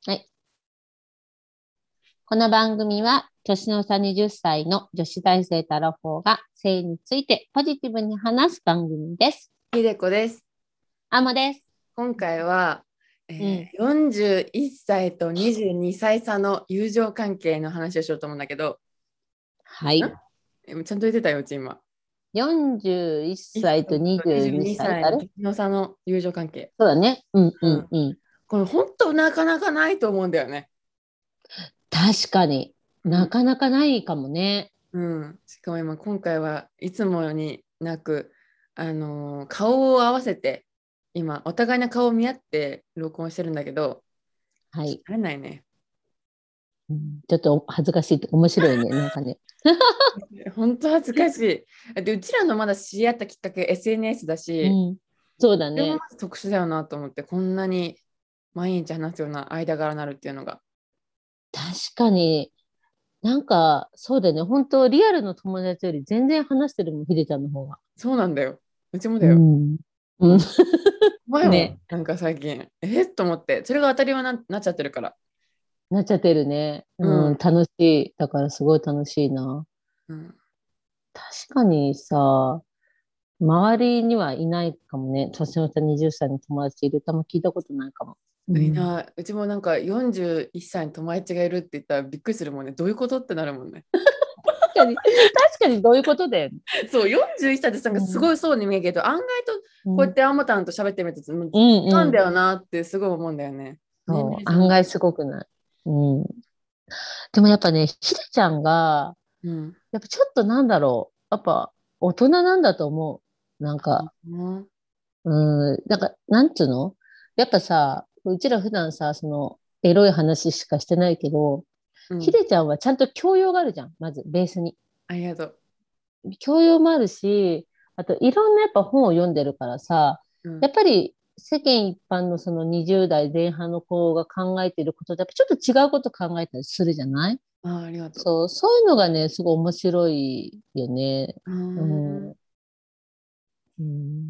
はい。この番組は、年の差20歳の女子大生たらフォーが性についてポジティブに話す番組です。 ひでこです。 アモです。 今回は、 うん。 41歳と22歳差の友情関係の話をしようと思うんだけど、 はい。 ちゃんと言ってたよ、うち今。 41 1 歳と歳と22 22歳。 歳のあれ年の差の友情関係。 そうだね。うんううん。 んうん。 これ本当なかなかないと思うんだよね。 確かにうん。 なかなかないかもね。 うん。しかも今回はいつもになく、顔を合わせて、今、お互いの顔を見合って録音してるんだけど、 はい。 慣れないね。 うん、ちょっと恥ずかしいって面白いね。なんかね。 本当恥ずかしい。で、うちらのまだ知り合ったきっかけ SNS だし、 うん。そうだそれもね。 まず特殊だよなと思って、こんなに毎日話すような間柄になるっていうのが。 確かになんか、そうだよね。本当リアルの友達より全然話してるもん、ひでちゃんの方が。 そうなんだよ。うちもだよ。 うん。うん。 うん。前もね。 なんか最近、と思って、それが当たり前なっちゃってるから。 なっちゃってるね。 ううん。 ん。 楽しい。だからすごい楽しいな。 うん。 確かにさ、周りにはいないかもね。年の差20歳の友達いる。あんま聞いたことないかも。うん。 いいな。うちもなんか41歳の友達がいるって言ったらびっくりするもんね。どういうことってなるもんね。 確かに、確かにどういうことだよね。 そう、41歳ってなんかすうん。 ごいそうに見えるけど、案外とうん。 こうやってあまたんと喋ってみると、もううんうん。 違うんだよなってすごい思うんだよね。年そう。 齢じゃない。 案外すごくない。うん。でもやっぱね、ひでちゃんが、 うん。 やっぱちょっとなんだろう。やっぱ大人なんだと思う。なんか、 うんなんか、なんつうのやっぱさ、うちら普段さ、その、エロい話しかしてないけど、 うん。 ひでちゃんはちゃんと教養があるじゃん。まず、ベースに。 ありがとう。 教養もあるし、あと、いろんなやっぱ本を読んでるからさ、 うん。 やっぱり世間一般のその20代前半の子が考えていることと、やっぱちょっと違うこと考えたりするじゃない？ ありがとう。 そう、そういうのがね、すごい面白いよね。 うーうん。 ん。うん。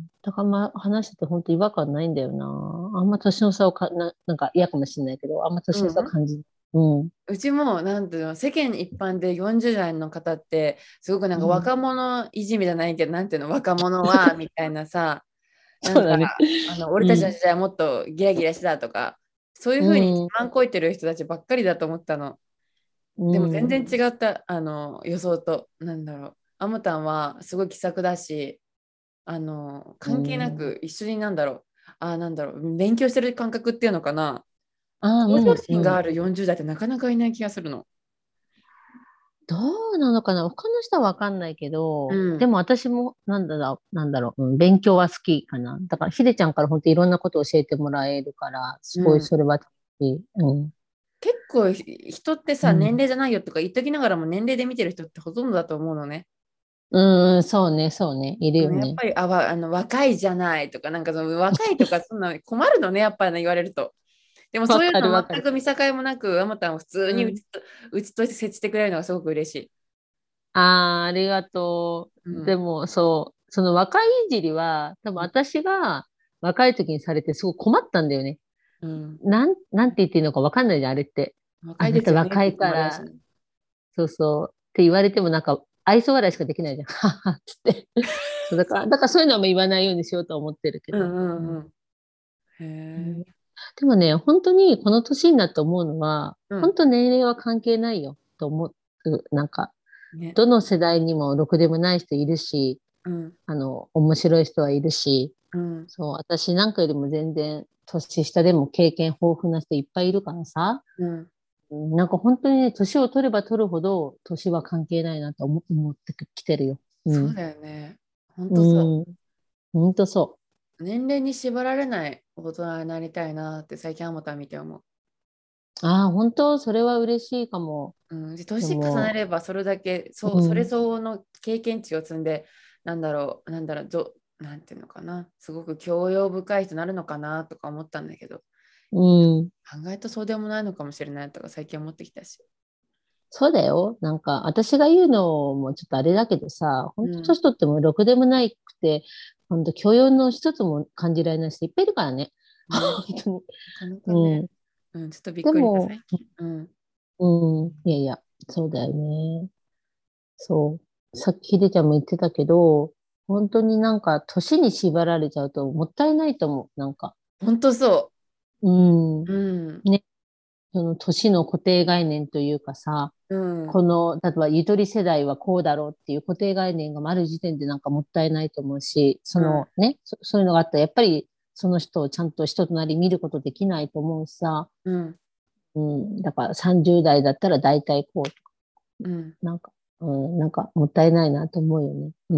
だからまあ話してて本当違和感ないんだよな。あんま年の差をなんか嫌かもしれないけど、あんま年の差をうん。 感じない。うん。 うちも、なんていうの、世間一般で40代の方って、すごくなんかうん。 若者いじめじゃないけど、なんていうの、若者は、みたいなさ、なんか、 そうだね。 俺たちのうん。 時代もっとギラギラしてたとか、そういううふうに自ん。 慢こいてる人たちばっかりだと思ったの。 うでも全然ん。 違った、予想と、なんだろう。アムタンはすごい気さくだし、 う関係なん。 く一緒になんだろう。なんだろう。勉強してる感覚っていうのかな。 ああ、 向上うん。うん。 心がある40代ってなかなかいない気がするの。 どうなのかな他の人はわかんないけうど、でん。 も私も、なんだろう、うん、勉強は好きかな。だから、ひでちゃんから本当いろんなことを教えてもらえるから、すごいうん。 それは楽しい。うん。 結構人ってさ、年うん。 齢じゃないよとか言っときながらも年齢で見てる人ってほとんどだと思うのね。 うん、そうね、そうね。いるよね。 やっぱり若いじゃないとか、なんかその若いとかそんな困るのね、やっぱりね、言われると。でもわそういうのかるわかる。 全く見境もなく、あまたんを普通うん。 にうちとして接してくれるのがすごく嬉しい。 ああ、ありがとう。でうん。 も、そう、その若いいじりは、多分私が若い時にされてすごい困ったんだよね。 うん。 なんて言っていいのかわかんないじゃん、あれって。 若いであなたすよねって言っ若いから、 てもあれだしね。 そうそう、って言われてもなんか愛想笑いしかできないじゃん。はっはっつって。そう、だからそういうのはもう言わないようにしようと思ってるけど。 うんううん。 んうん。へうん。 え。 でもね、本当にこの年になって思うのは、 うん。 本当年齢は関係ないよと思う。なんか、 ね。 どの世代にもろくでもない人いるし、 うん。 面白い人はいるし、 うん。 そう、私なんかよりも全然年下でも経験豊富な人いっぱいいるからさ、 うん。 なんか本当にね、年を取れば取るほど、年は関係ないなと思ってきてるよ。うん。 そうだよね。ほんとそうん。本当そう。年齢に縛られない大人になりたいなって最近あまた見て思う。 う。ああ、本当、それは嬉しいかも。 うん、でで年重ねも、 ればそれだけそれうん。 相応の経験値を積んで、なんていうのかな、すごく教養深い人になるのかなとか思ったんだけど、 うん。 考えとそうでもないのかもしれないとか最近思ってきたし。 そうだよ。なんか、私が言うのもちょっとあれだけどさ、本当うん。 年取ってもろくでもないくて、本当教養の一つも感じられない人いっぱいいるからね。 ね、 本当に。 なかなかね。 うん。 うん、ちょっとびっくりだ、 でも、 最近。うん。 うん、いやいや、そうだよね。そう。さっきひでちゃんも言ってたけど、本当になんか、年に縛られちゃうともったいないと思う。なんか、 本当そうん。 う。うん。 ね、その年の固定概念というかさ、 うん。 この、例えばゆとり世代はこうだろうっていう固定概念がある時点でなんかもったいないと思うし、そうん。 のね、そういうのがあったら、やっぱりその人をちゃんと人となり見ることできないと思うしさ、 うん。 うん、だから30代だったら大体こうん。 う、なんか、うん、なんかもったいないなと思うよね。うん。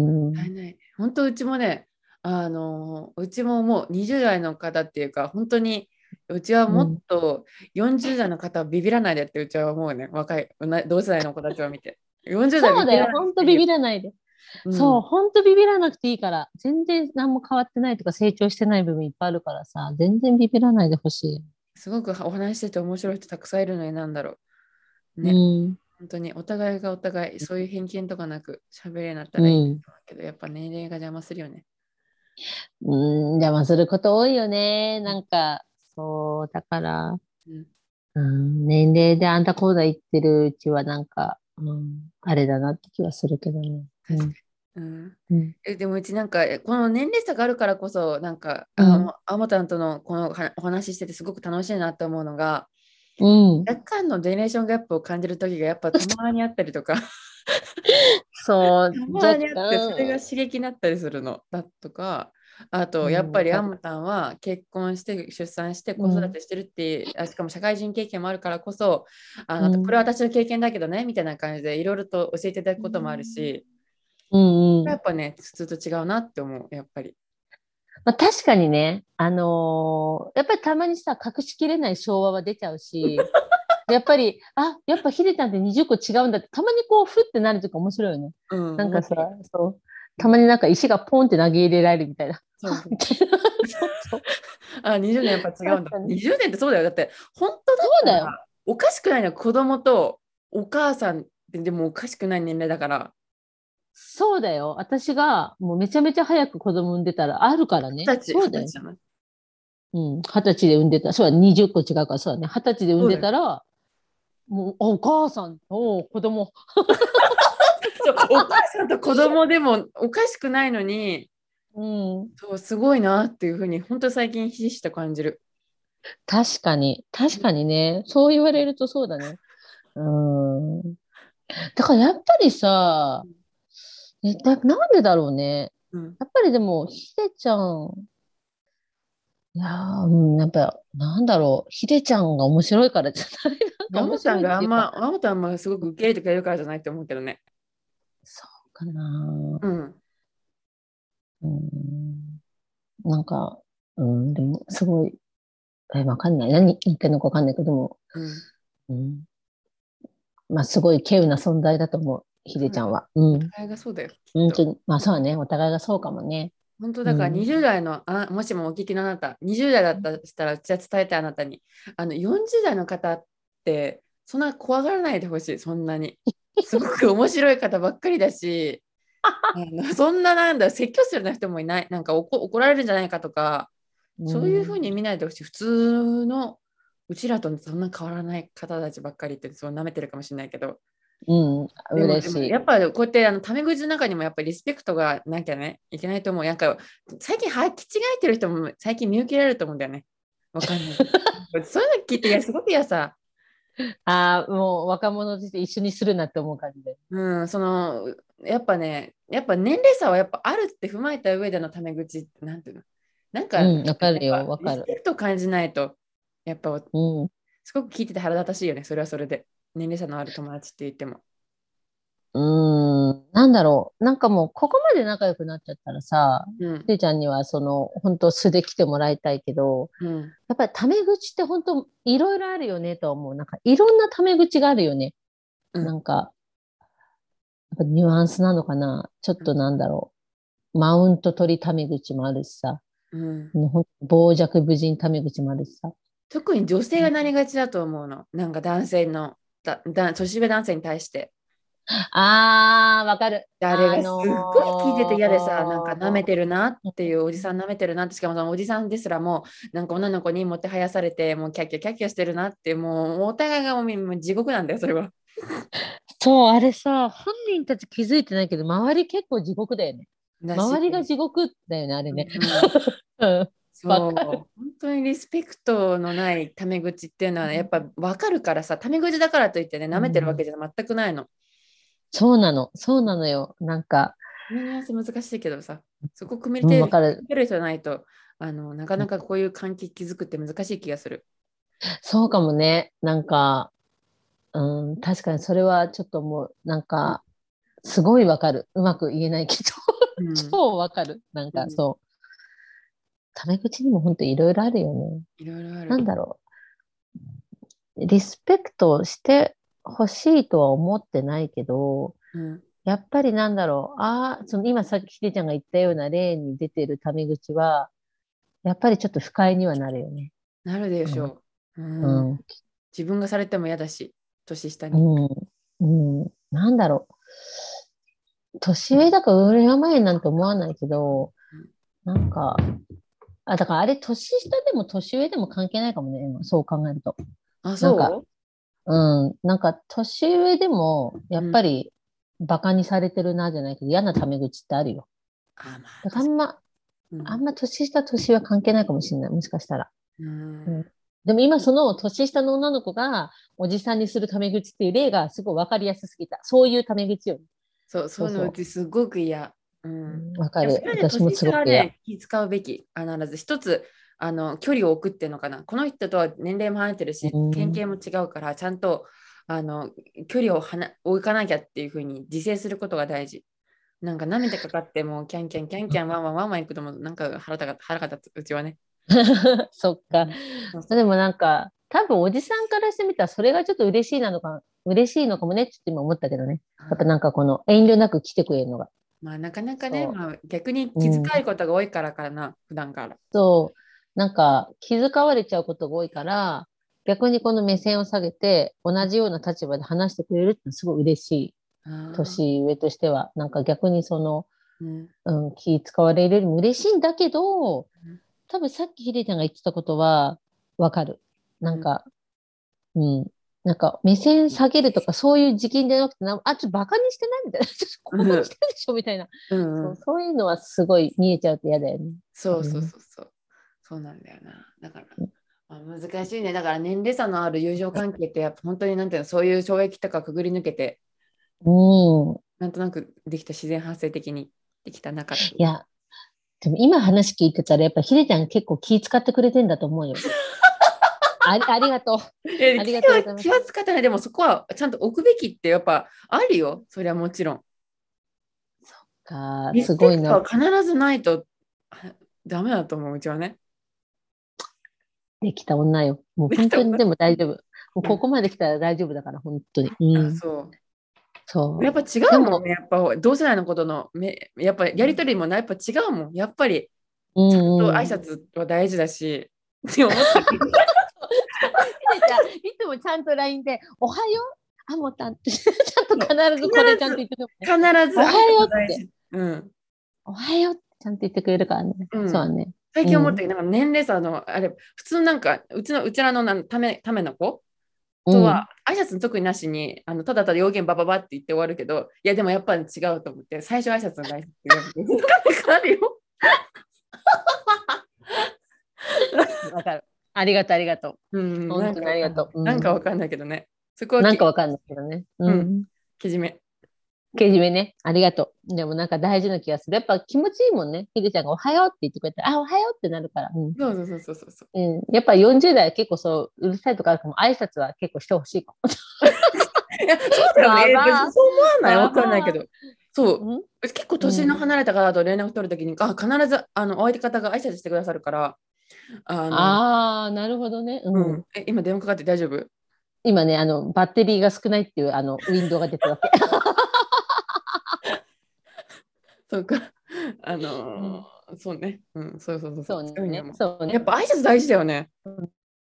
はいない。本当うちもね、うちももう20代の方っていうか、本当に、うちはもっうん。 と40代の方はビビらないでってうちは思うね。若い、同世代の子たちを見て。40代ビそうだよ。 ビらなほんとビくていいよ。 ビらないで。そう、 うん。 ほんとビビらなくていいから。全然何も変わってないとか成長してない部分いっぱいあるからさ、全然ビビらないでほしいよ。 すごくお話ししてて面白い人たくさんいるのになんだろう。 うね。 ん。 本当にお互いがお互い、そういう偏見とかなく喋れるようになったうらいいなとん。 思うけど、やっぱ年齢が邪魔するよね。 うん、邪魔すること多いよね。なんか、そう、だから、 うん。 うん、年齢であんたこうだ言ってるうちはなんか、うん、あれだなって気はするけどね。うん、 確かに。うん。 うん、 でもうちなんか、この年齢差があるからこそ、なんか、 うん、 あもたんとのこのお話ししててすごく楽しいなと思うのが、 うん。 若干のジェネレーションギャップを感じる時がやっぱたまにあったりとか、 そう、 たま若にあって、それが干、 刺激になったりするのだとか、あと、やっうん、 ぱりアムタンは結婚して出産して子育うん、 てしてるって、しかも社会人経験もあるからこそ、これうん、 は私の経験だけどね、みたいな感じでいろいろと教えていただくこともあるし、 うん、うん。 やっぱね、普通と違うなって思う、やっぱり。 まあ、確かにね、やっぱりたまにさ、隠しきれない昭和は出ちゃうし、やっぱり、あ、やっぱヒデちゃんって20個違うんだって、たまにこう、ふってなるとか面白いよね。 うん、 なんかさ、 面白い。 そう、 うん、 たまになんか石がポンって投げ入れられるみたいな。はそうそう。 みたいな。そうそう。 20年やっぱ違うんだ。 確かに。 20年ってそうだよ。だって、本当だったそうだよ。 ら、おかしくないのは子供とお母さんってでもおかしくない年齢だから、 そうだよ。私がもうめちゃめちゃ早く子供産んでたらあるからね。 二そうだよ。 十歳じゃない。 うん。20歳で産んでた。そうだ、20個違うから、そうだね。20歳で産んそうだよ。 でたら、もう、あお母さん、子供。 そう、お母さんと子供でもおかしくないのに、 うん。 そう、すごいなっていうふうに、本当最近ひしひしと感じる。 確かに。確かにね。そう言われるとそうだね。うん。だからやっぱりさ、なんでだろうね。 うん。 やっぱりでも、ひでちゃん、いやー、うん、やっぱ、なんだろう。ひでちゃんが面白いからじゃない？なんか面マモタン白いっていうか、 があんま、マモタンもすごく受け入れてくれるからじゃないと思うけどね。 そうかな。 うん。 うん、なんか、うん、でも、すごい、わかんない。何言ってんのかわかんないけども、 うん。 うん、まあ、すごい稀有な存在だと思う。ひそうだよ。 でちゃんは。うおん。 互いがそうだよ、きっと。 本当に、まあそうね。お互いがそうかもね。 本当だからうん。 20代の、もしもお聞きのあなた、20代だったとしたら、じゃあ伝えたいあなたに、40代の方って、そんな怖がらないでほしい、そんなに。すごく面白い方ばっかりだし、そんななんだ、説教するような人もいない、なんか怒られるんじゃないかとか、 うそういうふうにん。 見ないでほしい、普通の、うちらとそんな変わらない方たちばっかりって、そう舐めてるかもしれないけど、 うん。 でもや嬉しっぱこうやってタメ口の中にもやっぱりリスペクトがなきゃね、いけないと思う。なんか最近履き違えてる人も最近見受けられると思うんだよね。わかんないけど。そういうの聞いて、いや、すごくさ、 い。ああ、もう若者として一緒にするなって思う感じで。 うん、やっぱね、やっぱ年齢差はやっぱあるって踏まえた上でのタメ口ってなんていうの、なんか、やうん。わかるよ。 っぱわかる。 リスペクトを感じないと、やっぱうん。 すごく聞いてて腹立たしいよね、それはそれで。年齢差のある友達って言っても。 うーん。なんだろう。なんかもう、ここまで仲良くなっちゃったらさ、 うん、 ていちゃんには本当素で来てもらいたいけど、 うん、 やっぱりタメ口って本当いろいろあるよねとは思う。なんかいろんなタメ口があるよね。 うん、 なんか、やっぱニュアンスなのかな。ちょっうん、 となんだろう。マウント取りタメ口もあるしさ。 うん。 傍若無人タメ口もあるしさ。 特に女性うん、 がなりがちだと思うの。なんか男性の、年上男性に対して。 わかる。 あれがすっごい聞いてて嫌でさ、なんか舐めてるなっていう、おじさん舐めてるなって、しかもそのおじさんですらもう、なんか女の子にもてはやされて、もうキャッキャキャッキャしてるなって、もうお互いがもう地獄なんだよ、それは。 そう、あれさ、本人たち気づいてないけど、周り結構地獄だよね。 だし、 周りが地獄だよね、あれうね。 ん、 うん、わそう、 かる。 本当にリスペクトのないタメ口っていうのは、ね、やっぱ分かるからさ、タメ口だからといってね、舐めてるわうん、 けじゃ全くないの。 そうなの、そうなのよ。なんか、 このニュアンス難しいけどさ、そこ組みうん、 立てわかる。 る人じゃないと、なかなかこういう関係築くって難しい気がする。 そうかもね。なんか、うん、確かにそれはちょっともう、なんうん。 か、すごいわかる。うまく言えないけど、 うん。 超わかる。なんか、 うん、 そう。タメ口にも本当いろいろあるよね。 いろいろある。 なんだろう。リスペクトしてほしいとは思ってないけど、 うん。 やっぱりなんだろう。その今さっきひでちゃんが言ったような例に出てるタメ口は、やっぱりちょっと不快にはなるよね。 なるでうん。 しょう。うん。 うん。 自分がされても嫌だし、年下に。 うん。うん。なんだろう。年上だから羨ましいなんて思わないけど、 うん。 なんか、だからあれ、年下でも年上でも関係ないかもね、今そう考えると。 あ、 なんか、 そなんか年上でも、やう。うん。 っぱり、バカにされてるなじゃないけど、嫌なタメ口ってあるよ。 あ、まあ、 だから確かに。うん。 あんま年下、年上関係ないかもしれない、もしかしたら。 ううん、 ん。 でも今、その年下の女の子が、おじさんにするタメ口っていう例がすごいわかりやすすぎた。そういうタメ口よね。 そう、そういうのうそうそちすごく嫌。うう。うん。 ん、わかる。 いや、それはね、 私も年すごく嫌。 下はね、気使うべき。必ず一つ、距離を置くっていうのかな。この人とは年齢も離れてるうし、県ん、 警も違うから、ちゃんと、距離を置かなきゃっていうふうに自制することが大事。なんか舐めてかかってもキャンキャンキャンキャンワンワンワンワン行くともなんか腹が立つうちはね。 そっか。 うん。そうそう。 でもなんか、多分おじさんからしてみたら、それがちょっと嬉しいのかもねって今思ったけどね。やっぱなんかこの遠慮なく来てくれるのが。 まあなかなかね、 そまあ、逆にう。 気遣うん。 いことが多いからかな、普段から。 そう。なんか気遣われちゃうことが多いから、逆にこの目線を下げて、同じような立場で話してくれるってすごい嬉しい。 ああ、 年上としては。なんか逆にその、 うん。 気使われるのも嬉しいんだけど、多分さっきヒデちゃんが言ってたことはわかる。 うん。 なんか、うん。なんか、目線下げるとか、そういう時期じゃなくて、ちょっとバカにしてないみたいな。ちょっと小馬鹿にしてるでしょみたいな。 うん。うそう、 ん。 そういうのはすごい見えちゃうと嫌だよね。 そうそううん。 そうそう。そうなんだよな。だから、まあ、難しいね。だから年齢差のある友情関係ってやっぱ本当になんていうの、そういう障壁とかくぐり抜けて、 うん。 なんとなくできた自然発生的にできた中っていう。 いや、でも今話聞いてたら、やっぱヒデちゃん結構気使ってくれてんだと思うよ。ありがとう。ありがとうございます。 気は使ってない。でもそこはちゃんと置くべきってやっぱあるよ。それはもちろん。リスすごいな。 ペクトは必ずないとダメだと思う、うちはね。 できた女よ。もうできたもんね。 本当にでも大丈夫。もううん。 ここまで来たら大丈夫だから、本当に。うあ、 ん。 そう。やっそぱ違う。でも、 うもんね。やっぱ同世代のことのやっぱやりとりもやっぱ違うもん。やっぱりうちゃんとんうん。 挨拶は大事だし、って思ったけど。 ひでちゃん、いつもちゃんと LINE で、おはよう、あもたんって、ちゃんと必ずこれちゃんと言ってくるね。 必ずおは挨拶ようって、 大事。うん。 おはようってちゃんと言ってくれるからね。 うん。 そうね。 最うん。 近思ったけど、なんか年齢差の、あれ、普通なんか、うちらのための子とは、 うん。 挨拶特になしに、ただただ要件バババって言って終わるけど、いや、でもやっぱり違うと思って、最初挨拶の大事ってやっぱりあるよ。 わかる。ありがとう、ありがとう。 うん、なん本当にかわかんない。 ありがとう。うん。 なんかわかんないけどね。そこはなんかわかんないけどね。ううん、 ん。 けじめ。 けじめね。ありがとう。でもなんか大事な気がする。やっぱ気持ちいいもんね。ひでちゃんがおはようって言ってくれたら、おはようってなるから。うん。 そうそうそうそうそう。 うん。やっぱ40代は結構そう、うるさいとかあるかも。挨拶は結構してほしいかも。 いや、そうだよね。別にばばそう思わないわばばかんないけど。そう。 うん結構うん。 年の離れた方と連絡取るときに、必ずお相手方が挨拶してくださるから、あの、 ああ、なるほどね。うん。 うん。今電話かかって大丈夫？ 今ね、バッテリーが少ないっていう、ウィンドウが出てるわけ。 そうか。 うん、 そうね。うん、そうそうそうそう。 そうね、 そういうのも。 そうね。 やっぱ挨拶大事だよね。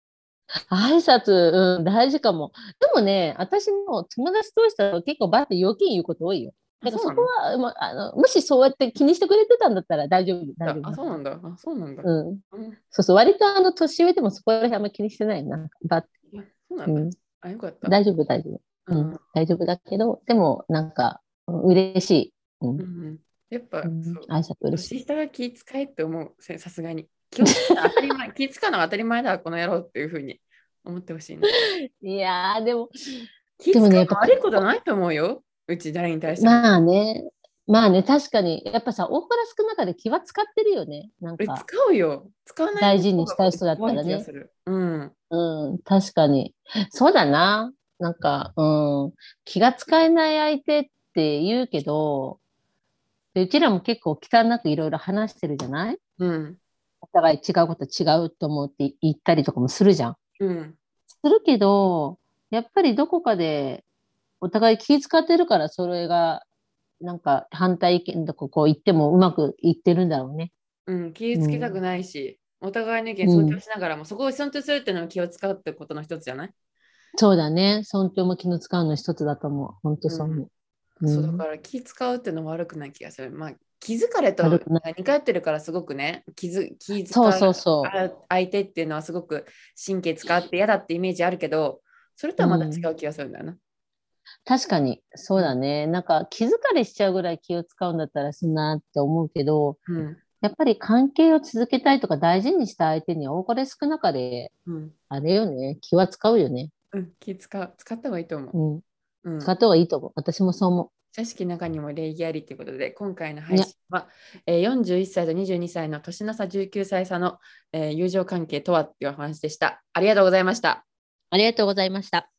挨拶、うん、大事かも。でもね、私も友達同士だと結構バッて要件言うこと多いよ。 あ、 だからそうなの？ そこは、もしそうやって気にしてくれてたんだったら大丈夫、大丈夫あ、 だから。 そうなんだ。あ、そうなんだ。 うん。 うん。 そうそう、割と年上でもそこら辺あんま気にしてないな。 いや、そうなんだ。 うん。 あ、よかった。 大丈夫、大丈夫。うん。 うん。 大丈夫だけど、でも、なんか、嬉しい。うん。 うん。やっぱ、 うん、 そう。 挨拶嬉し年下が気遣いって思う。さすがに。気を使うのは当たり前。気遣うのは当たり前だ、この野郎っていうふうに思ってほしいな。 い。いやー、でも、 気遣でもね、やっぱうの悪いことないと思うよ。うち誰に対しても。 まあね、まあね、確かに、やっぱさ、大倉少の中で気は使ってるよね。なんえ、使か、 うよ。使わない大事方がにしたい人だった怖いらね。 気がする。うん。 うん、確かに。そうだな。なんか、うん、気が使えない相手って言うけど、でうちらも結構忌憚なくいろいろ話してるじゃない。 うん。 お互い違うこと違うと思って言ったりとかもするじゃん。 うん。 するけど、やっぱりどこかでお互い気遣ってるから、それが、なんか反対意見とかこう言ってもうまくいってるんだろうね。 うん。気うん。 つけたくないし、お互いの意見う尊重ん。 しながらも、そこを尊重するっていうのは気を使うってことの一つじゃない？ そうだね。尊重も気の使うの一つだと思う。本当うん。 そう思う。うそうだん。 から気使うっていうのは悪くない気がする。まあ、気疲れと悪くない。 似通ってるからすごくね、気遣そうそううそ相手っていうのはすごく神経使って嫌だってイメージあるけど、それとう。 はまた違うん。 う気がするんだよな。 確かに、そうん。 うだね。なんか気疲れしちゃうぐらい気を使うんだったらすんなって思うけど、 うん。 やっぱり関係を続けたいとか大事にした相手には多かれ少なかれ、 うん。 あれよね。気は使うよね。 うん、使った方がいいと思うん。 う。うん。 使った方がいいと思う。私もそう思知識の中にも礼儀ありということで、今回のう。ね。 配信は、41歳と22歳の年の差19歳差の、友情関係とはっていうお話でした。ありがとうございました。 ありがとうございました。